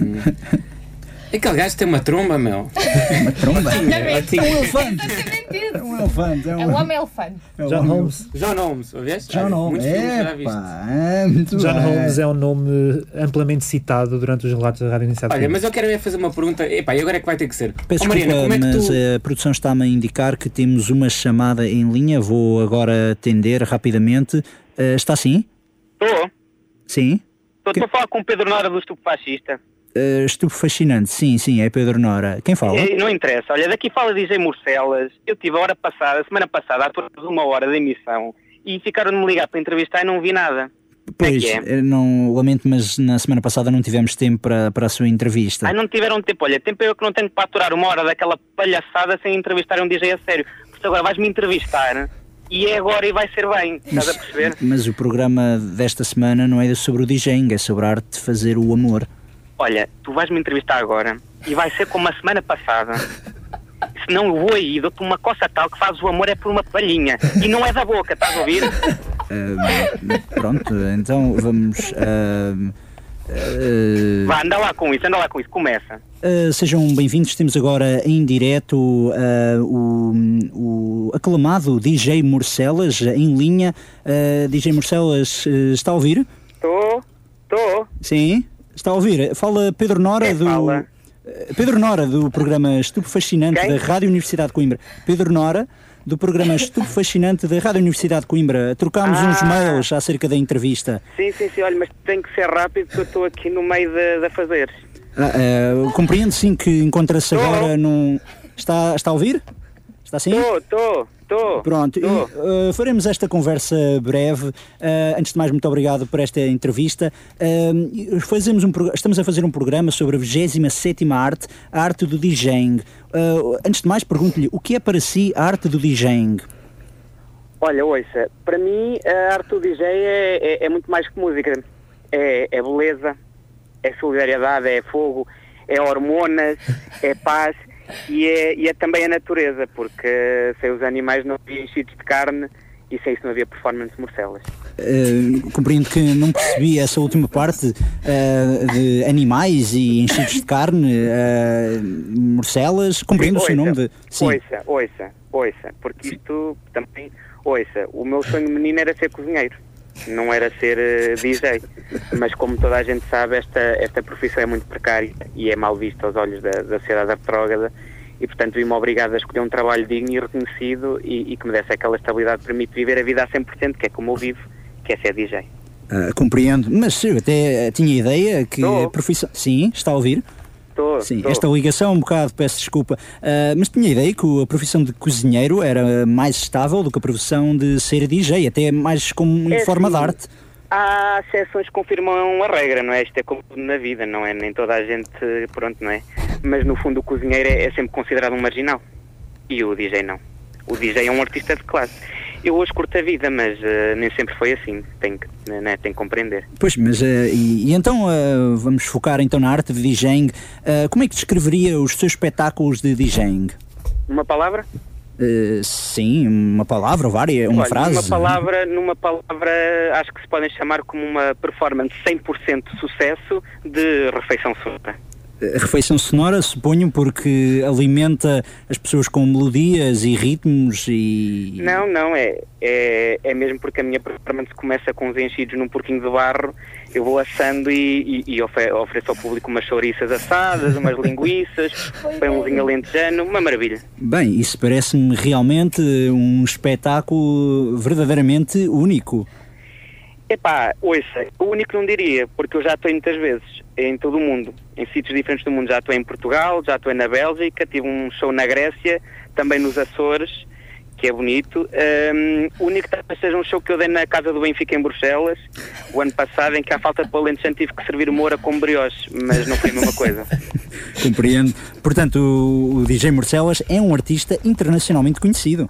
Aquele gajo tem uma tromba, meu. Uma tromba? É um elefante. É um elefante. É o Homem-Elefante. John Holmes. John Holmes, ouviste? John Holmes. Muitos filmes já viste. Muito John bem. Holmes é um nome amplamente citado durante os relatos da Rádio Iniciativa. Olha, mas eu quero fazer uma pergunta. Epá, e agora é que vai ter que ser? Peço Mariana, desculpa, como é que mas tu... a produção está-me a indicar que temos uma chamada em linha. Vou agora atender rapidamente. Está sim? Estou. Sim? Estou a falar com o Pedro Nora do Estupefascista. Estupefascinante, sim, é Pedro Nora. Quem fala? Não interessa. Olha, daqui fala DJ Morcelas. Eu tive a semana passada, à toa de 1 hora de emissão, e ficaram de me ligar para entrevistar e não vi nada. Pois, é? não lamento, mas na semana passada não tivemos tempo para a sua entrevista. Não tiveram tempo. Olha, tempo eu que não tenho para aturar 1 hora daquela palhaçada sem entrevistar um DJ a sério. Porque agora vais-me entrevistar e é agora e vai ser bem. Estás a perceber? Mas o programa desta semana não é sobre o DJing, é sobre a arte de fazer o amor. Olha, tu vais-me entrevistar agora e vai ser como a semana passada. Senão eu vou aí, dou-te uma coça tal que fazes o amor é por uma palhinha. E não é da boca, estás a ouvir? Pronto, então vamos... Vá, anda lá com isso, começa. Sejam bem-vindos, temos agora em direto o aclamado DJ Morcelas em linha. DJ Morcelas, está a ouvir? Estou. Sim? Está a ouvir? Fala Pedro Nora fala. Pedro Nora do programa Estupefascinante Quem? da Rádio Universidade de Coimbra. Pedro Nora do programa Estupefascinante da Rádio Universidade de Coimbra. Trocámos uns mails acerca da entrevista. Sim, olha, mas tem que ser rápido porque eu estou aqui no meio de fazeres. Compreendo sim que encontra-se agora num... Está a ouvir? Está sim? Estou. Pronto, faremos esta conversa breve. Antes de mais, muito obrigado por esta entrevista. Estamos a fazer um programa sobre a 27ª arte, a arte do DJing. Antes de mais, pergunto-lhe, o que é para si a arte do DJing? Olha, ouça, para mim a arte do DJ é muito mais que música. É beleza, é solidariedade, é fogo, é hormonas, é paz. E é também a natureza, porque sem os animais não havia enchidos de carne e sem isso não havia performance Morcelas. Compreendo que não percebi essa última parte de animais e enchidos de carne, Morcelas. Compreendo o seu nome de... Sim. Ouça, porque isto também... Ouça, o meu sonho menino era ser cozinheiro, não era ser DJ, mas como toda a gente sabe, esta profissão é muito precária e é mal vista aos olhos da sociedade retrógrada e, portanto, vi-me obrigado a escolher um trabalho digno e reconhecido e que me desse aquela estabilidade que permite viver a vida a 100%, que é como eu vivo, que é ser DJ. Compreendo, mas eu até tinha ideia que a profissão... Sim, está a ouvir? Sim, esta ligação um bocado, peço desculpa, mas tinha a ideia que a profissão de cozinheiro era mais estável do que a profissão de ser DJ, até mais como forma de arte. Há exceções que confirmam a regra, não é? Isto é como na vida, não é? Nem toda a gente, pronto, não é? Mas no fundo o cozinheiro é sempre considerado um marginal e o DJ não. O DJ é um artista de classe. Eu hoje curto a vida, mas nem sempre foi assim, tem que compreender. Pois, mas e então vamos focar então na arte de DJing. Como é que descreveria os seus espetáculos de DJing? Uma palavra? Sim, uma palavra ou várias, uma frase? Numa palavra, acho que se podem chamar como uma performance 100% de sucesso de refeição sonora. A refeição sonora, suponho, porque alimenta as pessoas com melodias e ritmos e... Não, é mesmo porque a minha performance começa com uns enchidos num porquinho de barro, eu vou assando e ofereço ao público umas chouriças assadas, umas linguiças, pãozinho alentejano, uma maravilha. Bem, isso parece-me realmente um espetáculo verdadeiramente único. Epá, ouça, o único não diria, porque eu já estou muitas vezes em todo o mundo, em sítios diferentes do mundo. Já estou em Portugal, já estou na Bélgica, tive um show na Grécia, também nos Açores, que é bonito. O único que talvez seja um show que eu dei na Casa do Benfica em Bruxelas, o ano passado, em que à falta de alentejano tive que servir moura com brioche, mas não foi a mesma coisa. Compreendo. Portanto, o DJ Morcelas é um artista internacionalmente conhecido.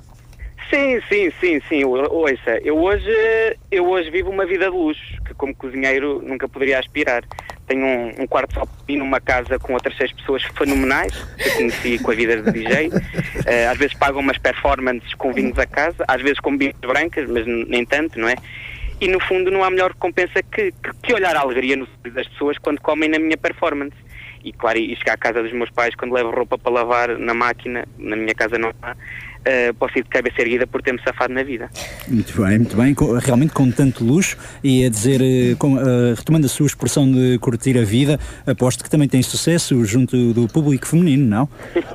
Sim. Ouça, eu hoje vivo uma vida de luxo, que como cozinheiro nunca poderia aspirar. Tenho um quarto só e numa casa com outras 6 pessoas fenomenais, que eu conheci com a vida de DJ. Às vezes pagam umas performances com vinhos a casa, às vezes com vinhos brancas, mas nem tanto, não é? E no fundo não há melhor recompensa que olhar a alegria nos olhos das pessoas quando comem na minha performance. E claro, e chegar à casa dos meus pais quando levo roupa para lavar na máquina, na minha casa não há, posso ir de cabeça erguida por ter-me safado na vida. Muito bem, realmente com tanto luxo, e a dizer, retomando a sua expressão de curtir a vida, aposto que também tem sucesso junto do público feminino, não?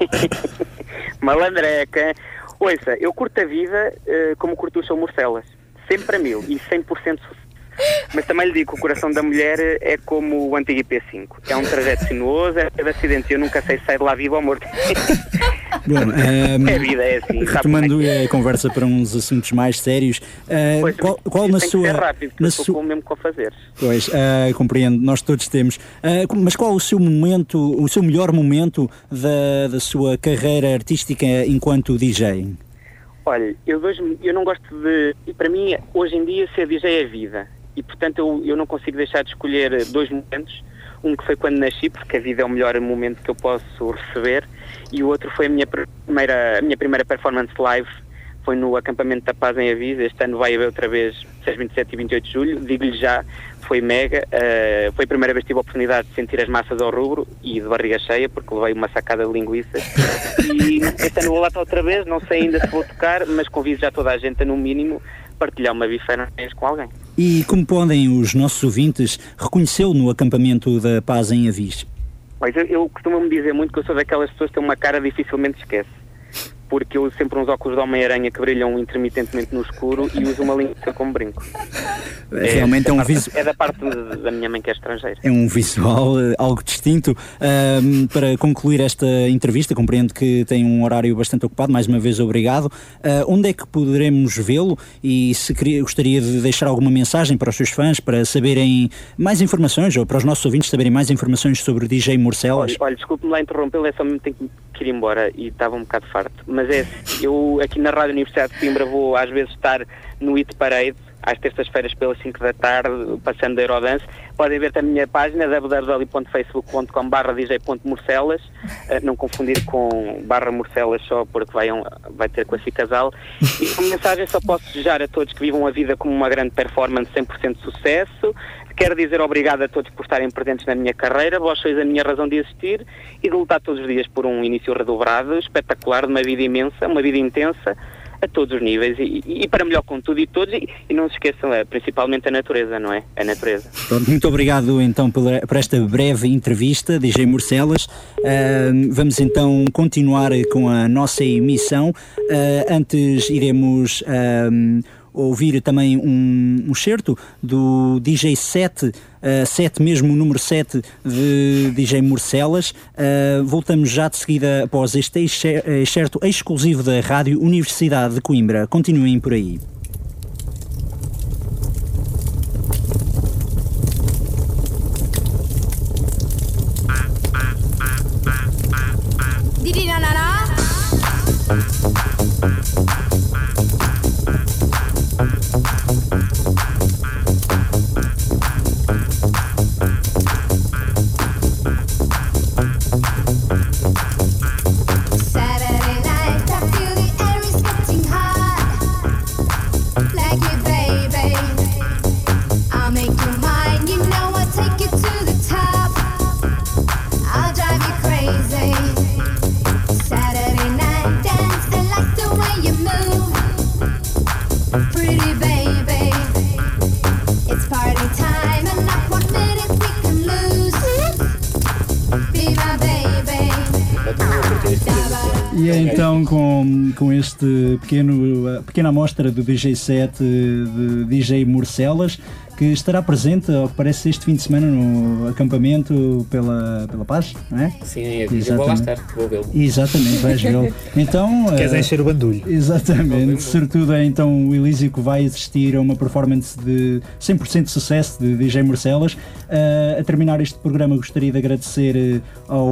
Malandreca. Ouça, eu curto a vida como curto o show Morcelas, sempre a 1000 e 100% sucesso. Mas também lhe digo que o coração da mulher é como o antigo IP5. É um trajeto sinuoso, é de acidentes. Eu nunca sei se sai de lá vivo ou morto. Bom, a vida é assim. Retomando a conversa para uns assuntos mais sérios, qual na sua... Tem que ser rápido, porque eu estou com o mesmo que a fazer. Pois, compreendo, nós todos temos. Mas qual o seu momento, o seu melhor momento da sua carreira artística enquanto DJ? Olha, eu não gosto de... E para mim, hoje em dia, ser DJ é vida. E, portanto, eu não consigo deixar de escolher 2 momentos. Um que foi quando nasci, porque a vida é o melhor momento que eu posso receber. E o outro foi a minha primeira performance live. Foi no acampamento da Paz em Avis. Este ano vai haver outra vez, 6, 27 e 28 de julho. Digo-lhe já, foi mega. Foi a primeira vez que tive a oportunidade de sentir as massas ao rubro e de barriga cheia, porque levei uma sacada de linguiças. E este ano vou lá estar outra vez. Não sei ainda se vou tocar, mas convido já toda a gente a, no mínimo, partilhar uma bifana com alguém. E como podem os nossos ouvintes reconhecê-lo no acampamento da Paz em Avis? Pois eu costumo-me dizer muito que eu sou daquelas pessoas que têm uma cara dificilmente esquece. Porque eu uso sempre uns óculos de Homem-Aranha que brilham intermitentemente no escuro e uso uma linguiça como brinco. Realmente é da parte da minha mãe que é estrangeira. É um visual algo distinto. Para concluir esta entrevista, compreendo que tem um horário bastante ocupado, mais uma vez obrigado. Onde é que poderemos vê-lo e se gostaria de deixar alguma mensagem para os seus fãs, para saberem mais informações, ou para os nossos ouvintes saberem mais informações sobre o DJ Morcelas? Olha, desculpe-me lá interrompê-lo, é só mesmo tenho que ir embora e estava um bocado farto. Mas eu aqui na Rádio Universidade de Coimbra vou às vezes estar no Hit Parade, às terças-feiras pelas 5 da tarde, passando a Eurodance. Podem ver também a minha página www.facebook.com/dj.morcelas, não confundir com /morcelas só, porque vai ter com esse casal. E como mensagem só posso desejar a todos que vivam a vida como uma grande performance, 100% de sucesso. Quero dizer obrigado a todos por estarem presentes na minha carreira. Vós sois a minha razão de existir e de lutar todos os dias por um início redobrado, espetacular, de uma vida imensa, uma vida intensa, a todos os níveis e para melhor com tudo e todos, e não se esqueçam, principalmente a natureza, não é? A natureza. Pronto, muito obrigado então por esta breve entrevista, DJ Morcelas. Vamos então continuar com a nossa emissão. Antes iremos ouvir também um excerto do DJ 7 mesmo, o número 7 de DJ Morcelas. Voltamos já de seguida após este excerto exclusivo da Rádio Universidade de Coimbra. Continuem por aí. E é então com este pequena amostra do DJ set de DJ Morcelas, que estará presente, ao que parece, este fim de semana no acampamento pela Paz, não é? Sim, eu vou lá estar, vou vê-lo. Exatamente, vais vê-lo. Então, queres encher o bandulho. Exatamente, sobretudo é então o Elísio que vai assistir a uma performance de 100% de sucesso de DJ Morcelas. A terminar este programa, gostaria de agradecer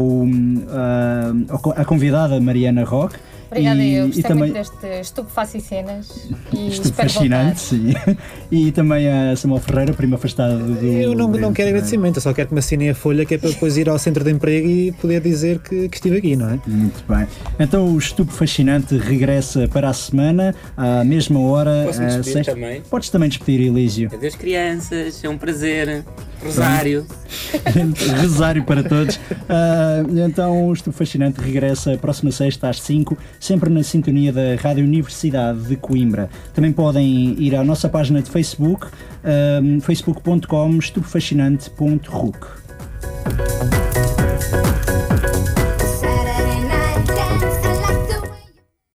à convidada Mariana Roque. Obrigada, eu gostei muito deste Estupeface e Cenas e fascinante, sim. E também a Samuel Ferreira, prima afastada do... Eu não quero agradecimento, eu só quero que me assinem a folha, que é para depois ir ao centro de emprego e poder dizer que estive aqui, não é? Muito bem. Então o Estupe Fascinante regressa para a semana, à mesma hora. Posso-me despedir também? Podes também despedir, Elísio. Adeus, crianças, é um prazer. Rosário. Rosário para todos. Então o Estupe Fascinante regressa a próxima sexta às 5, sempre na sintonia da Rádio Universidade de Coimbra. Também podem ir à nossa página de Facebook, facebook.com estupefascinante.ruc.